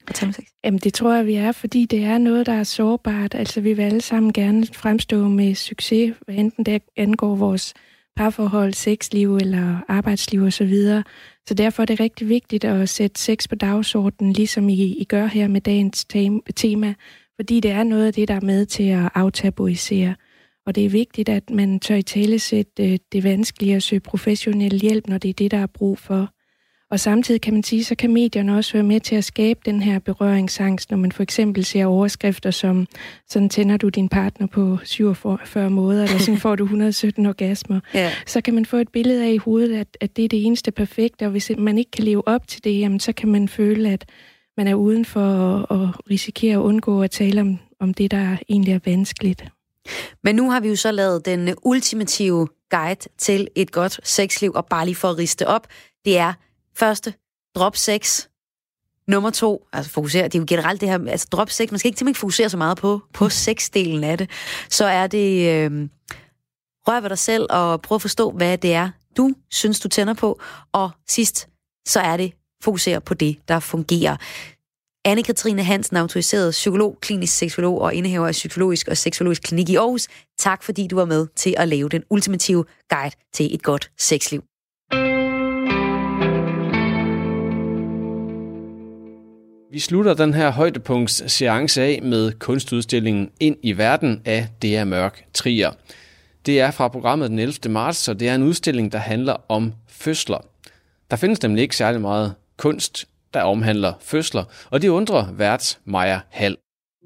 Jamen, det tror jeg, vi er, fordi det er noget, der er sårbart. Altså, vi vil alle sammen gerne fremstå med succes, hvad enten det angår vores parforhold, sexliv eller arbejdsliv osv. Så derfor er det rigtig vigtigt at sætte sex på dagsordenen, ligesom I gør her med dagens tema, fordi det er noget af det, der er med til at aftabuisere. Og det er vigtigt, at man tør italesætte det vanskelige at søge professionel hjælp, når det er det, der er brug for. Og samtidig kan man sige, så kan medierne også være med til at skabe den her berøringsangst, når man for eksempel ser overskrifter som, sådan tænder du din partner på 47 måder, eller sådan får du 117 orgasmer. Ja. Så kan man få et billede af i hovedet, at det er det eneste perfekte, og hvis man ikke kan leve op til det, jamen, så kan man føle, at man er uden for at risikere at undgå at tale om det, der egentlig er vanskeligt. Men nu har vi jo så lavet den ultimative guide til et godt sexliv, og bare lige for at riste op, det er første, drop sex. Nummer 2, altså fokusere, det er jo generelt det her, altså drop sex, man skal ikke simpelthen fokusere så meget på sexdelen af det. Så er det rør ved dig selv og prøv at forstå, hvad det er, du synes, du tænder på. Og sidst, så er det fokusere på det, der fungerer. Anne-Katrine Hansen, autoriseret psykolog, klinisk seksolog og indehaver af Psykologisk og Seksologisk Klinik i Aarhus. Tak fordi du var med til at lave den ultimative guide til et godt sexliv. Vi slutter den her højdepunktsseance af med kunstudstillingen Ind i verden af Det er mørk Trier. Det er fra programmet den 11. marts, og det er en udstilling, der handler om fødsler. Der findes nemlig ikke særlig meget kunst, der omhandler fødsler, og det undrer vært Maja Hall.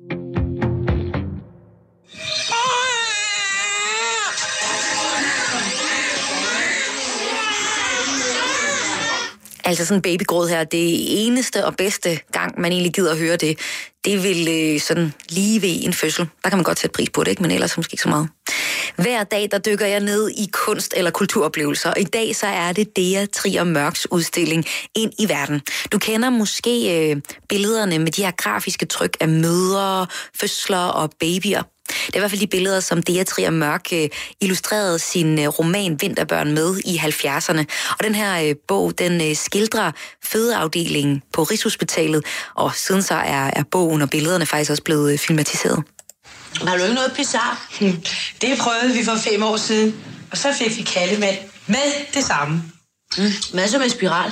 Altså sådan en babygråd her, det eneste og bedste gang, man egentlig gider at høre det, det vil sådan lige ved en fødsel. Der kan man godt sætte pris på det, ikke? Men ellers måske ikke så meget. Hver dag, der dykker jeg ned i kunst- eller kulturoplevelser. I dag så er det Dea Trier Mørks udstilling Ind i verden. Du kender måske billederne med de her grafiske tryk af mødre, fødsler og babyer. Det er i hvert fald de billeder, som Dea Trier Mørk illustrerede sin roman Vinterbørn med i 70'erne. Og den her bog, den skildrer fødeafdelingen på Rigshospitalet, og siden så er bogen og billederne faktisk også blevet filmatiseret. Har du ikke noget pizarre? Det prøvede vi for 5 år siden, og så fik vi kaldemand med det samme. Hvad så med spiral?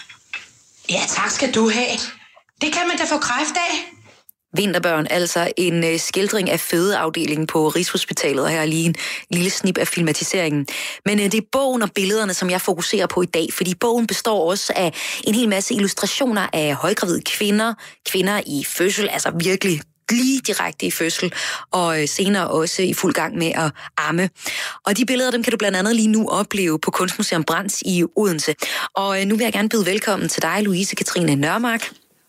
Ja, tak skal du have. Det kan man da få kræft af. Vinterbørn, altså en skildring af fødeafdelingen på Rigshospitalet, og her er lige en lille snip af filmatiseringen. Men det er bogen og billederne, som jeg fokuserer på i dag, fordi bogen består også af en hel masse illustrationer af højgravide kvinder i fødsel, altså virkelig lige direkte i fødsel, og senere også i fuld gang med at amme. Og de billeder, dem kan du blandt andet lige nu opleve på Kunstmuseum Brands i Odense. Og nu vil jeg gerne byde velkommen til dig, Louise Katrine Nørmark.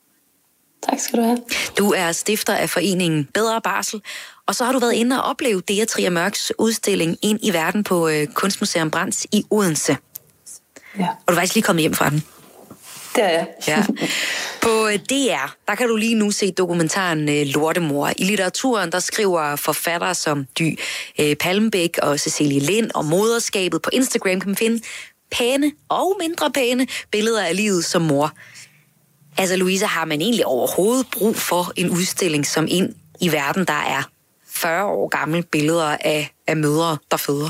Tak skal du have. Du er stifter af foreningen Bedre Barsel, og så har du været inde og opleve Dea Trier Mørks udstilling Ind i verden på Kunstmuseum Brands i Odense. Ja. Og du er faktisk lige kommet hjem fra den. Det er jeg. Ja. På DR, der kan du lige nu se dokumentaren Lortemor. I litteraturen, der skriver forfattere som Dy Palmbæk og Cecilie Lind og moderskabet. På Instagram kan man finde pæne og mindre pæne billeder af livet som mor. Altså Louise, har man egentlig overhovedet brug for en udstilling som Ind i verden, der er 40 år gamle billeder af mødre, der føder?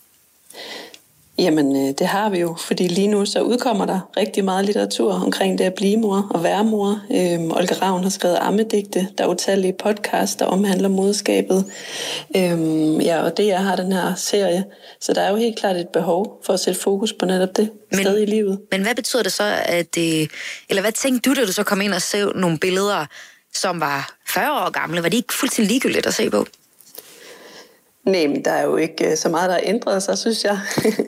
Jamen, det har vi jo, fordi lige nu så udkommer der rigtig meget litteratur omkring det at blive mor og være mor. Olga Ravn har skrevet ammedigte, der er utallige podcasts, der omhandler moderskabet. Og det jeg har den her serie, så der er jo helt klart et behov for at sætte fokus på netop det sted i livet. Men hvad betyder det så, eller hvad tænkte du, da du så kom ind og så nogle billeder, som var 40 år gamle? Var det ikke fuldstændig ligegyldigt at se på? Nej, men der er jo ikke så meget, der har ændret sig, synes jeg.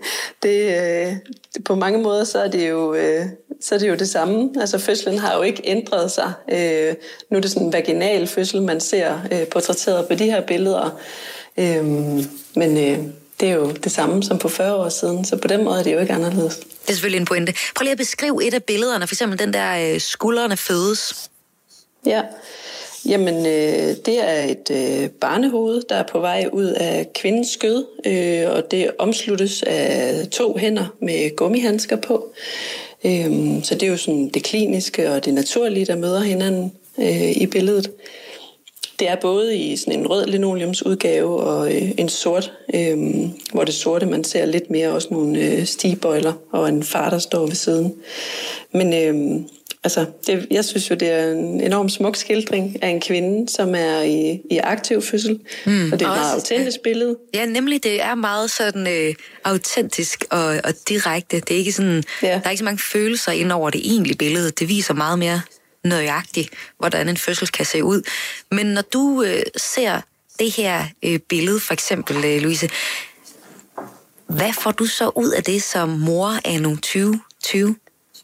På mange måder, så er det jo det samme. Altså, fødslen har jo ikke ændret sig. Nu er det sådan en vaginal fødsel, man ser portrætteret på de her billeder. Men det er jo det samme som for 40 år siden, så på den måde er det jo ikke anderledes. Det er selvfølgelig en pointe. Prøv lige at beskrive et af billederne, for eksempel den der skuldrene fødes. Ja. Jamen, det er et barnehoved, der er på vej ud af kvindens skød, og det omsluttes af 2 hænder med gummihandsker på. Så det er jo sådan det kliniske og det naturlige, der møder hinanden. i billedet. Det er både i sådan en rød linoleumsudgave og en sort, hvor det sorte, man ser lidt mere også nogle stigbøjler og en far, der står ved siden. Men jeg synes jo, det er en enormt smuk skildring af en kvinde, som er i aktiv fødsel. Og det er et meget autentisk billede. Ja, nemlig det er meget sådan autentisk og direkte. Det er ikke sådan, der er ikke så mange følelser ind over det egentlige billede. Det viser meget mere nøjagtigt, hvordan en fødsel kan se ud. Men når du ser det her billede, for eksempel, Louise, hvad får du så ud af det som mor af nogle 2020?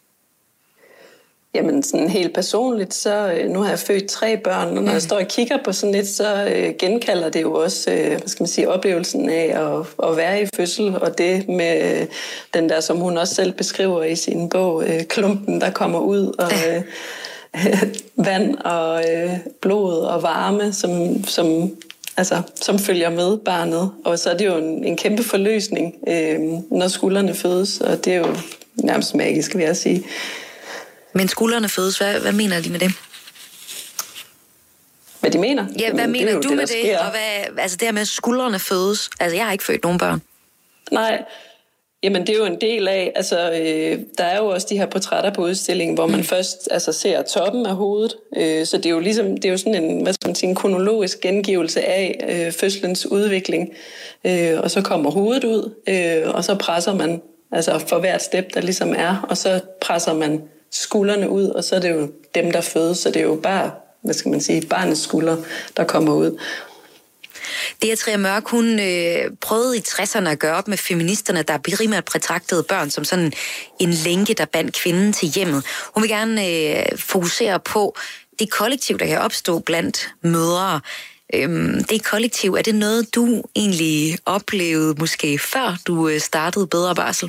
Jamen sådan helt personligt, så nu har jeg født 3 børn, og når jeg står og kigger på sådan lidt, så genkalder det jo også, oplevelsen af at være i fødsel, og det med den der, som hun også selv beskriver i sin bog, klumpen, der kommer ud, og vand og blod og varme, som følger med barnet. Og så er det jo en kæmpe forløsning, når skuldrene fødes, og det er jo nærmest magisk, vil jeg sige. Men skuldrene fødes, hvad mener de med det? Hvad de mener? Ja, hvad mener du med det? Og det her med, at skuldrene fødes. Altså, jeg har ikke født nogen børn. Nej, jamen det er jo en del af, der er jo også de her portrætter på udstillingen, hvor man først ser toppen af hovedet. Så det er jo ligesom, det er jo sådan en kronologisk gengivelse af fødselens udvikling. Og så kommer hovedet ud, og så presser man, for hvert step, der ligesom er, og så presser man skuldrene ud, og så er det jo dem, der fødes, så det er jo bare, barnets skuldre, der kommer ud. Det er Trier Mørk, hun prøvede i 60'erne at gøre op med feministerne, der primært betragtede børn som sådan en lænke, der bandt kvinden til hjemmet. Hun vil gerne fokusere på det kollektiv, der kan opstå blandt mødre. Det kollektiv, er det noget, du egentlig oplevede måske før du startede Bedre Barsel?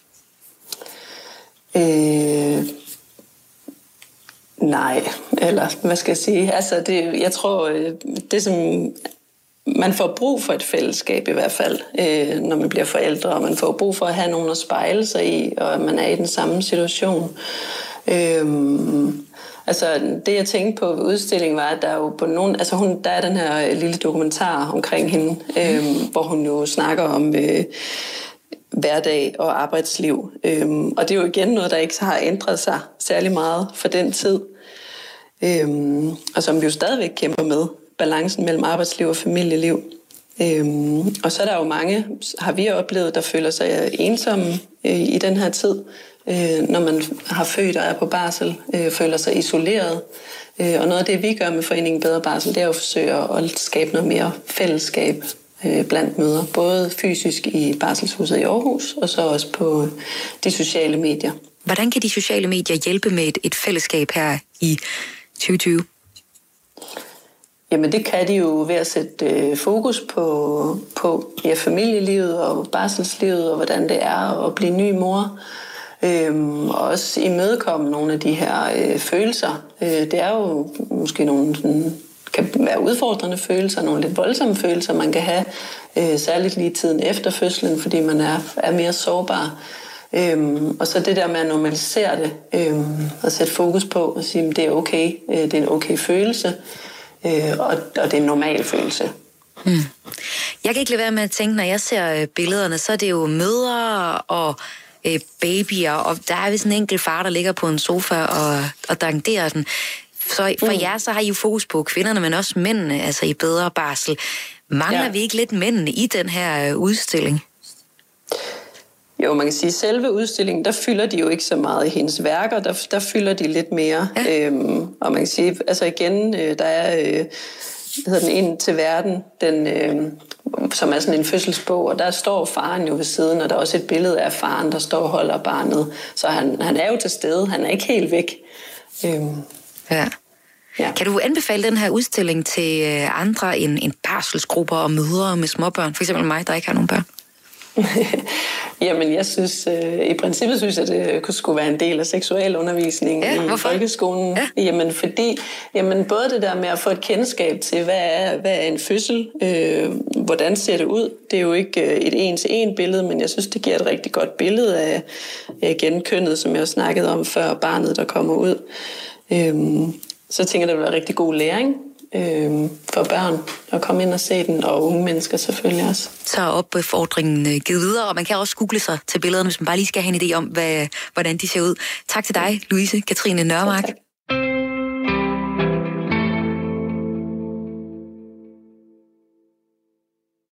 Nej, eller hvad skal jeg sige? Jeg tror, det som man får brug for et fællesskab i hvert fald, når man bliver forældre, og man får brug for at have nogen at spejle sig i, og man er i den samme situation. Det jeg tænkte på ved udstillingen var, at der er jo på nogen, der er den her lille dokumentar omkring hende, hvor hun jo snakker om hverdag og arbejdsliv. Og det er jo igen noget, der ikke har ændret sig særlig meget for den tid. Og som vi jo stadigvæk kæmper med, balancen mellem arbejdsliv og familieliv. Og så er der jo mange, har vi oplevet, der føler sig ensomme i den her tid, når man har født og er på barsel, føler sig isoleret. Og noget af det, vi gør med Foreningen Bedre Barsel, det er jo at forsøge at skabe noget mere fællesskab blandt mødre, både fysisk i Barselshuset i Aarhus, og så også på de sociale medier. Hvordan kan de sociale medier hjælpe med et fællesskab her i 2020? Jamen det kan de jo ved at sætte fokus på familielivet og barselslivet, og hvordan det er at blive ny mor. Og også imødekomme nogle af de her følelser. Det er jo måske nogle kan være udfordrende følelser, nogle lidt voldsomme følelser, man kan have, særligt lige tiden efter fødslen, fordi man er mere sårbar. Og så det der med at normalisere det, og sætte fokus på og sige, at det er okay, det er en okay følelse, og det er en normal følelse. Jeg kan ikke lade være med at tænke, når jeg ser billederne, så er det jo mødre og babyer, og der er vist en enkelt far, der ligger på en sofa og danderer den. Så for jer, så har I jo fokus på kvinderne, men også mændene, i Bedre Barsel. Mangler vi ikke lidt mændene i den her udstilling? Jo, man kan sige, at selve udstillingen, der fylder de jo ikke så meget i hendes værker, der fylder de lidt mere. Ja. Og man kan sige, igen, der er, hedder den Ind til verden, som er sådan en fødselsbog, og der står faren jo ved siden, og der er også et billede af faren, der står og holder barnet. Så han er jo til stede, han er ikke helt væk. Ja. Kan du anbefale den her udstilling til andre end barselsgrupper og mødre med småbørn? For eksempel mig, der ikke har nogen børn. Jamen, jeg synes, i princippet synes jeg, det skulle være en del af seksualundervisningen i folkeskolen. Ja. Jamen, fordi både det der med at få et kendskab til, hvad er en fødsel, hvordan ser det ud. Det er jo ikke et en-til-en billede, men jeg synes, det giver et rigtig godt billede af igen kønnet, som jeg snakkede om før, barnet, der kommer ud. så tænker jeg, det vil være rigtig god læring for børn at komme ind og se den, og unge mennesker selvfølgelig også. Så er opfordringen givet videre, og man kan også google sig til billederne, hvis man bare lige skal have en idé om, hvordan de ser ud. Tak til dig, Louise Katrine Nørmark.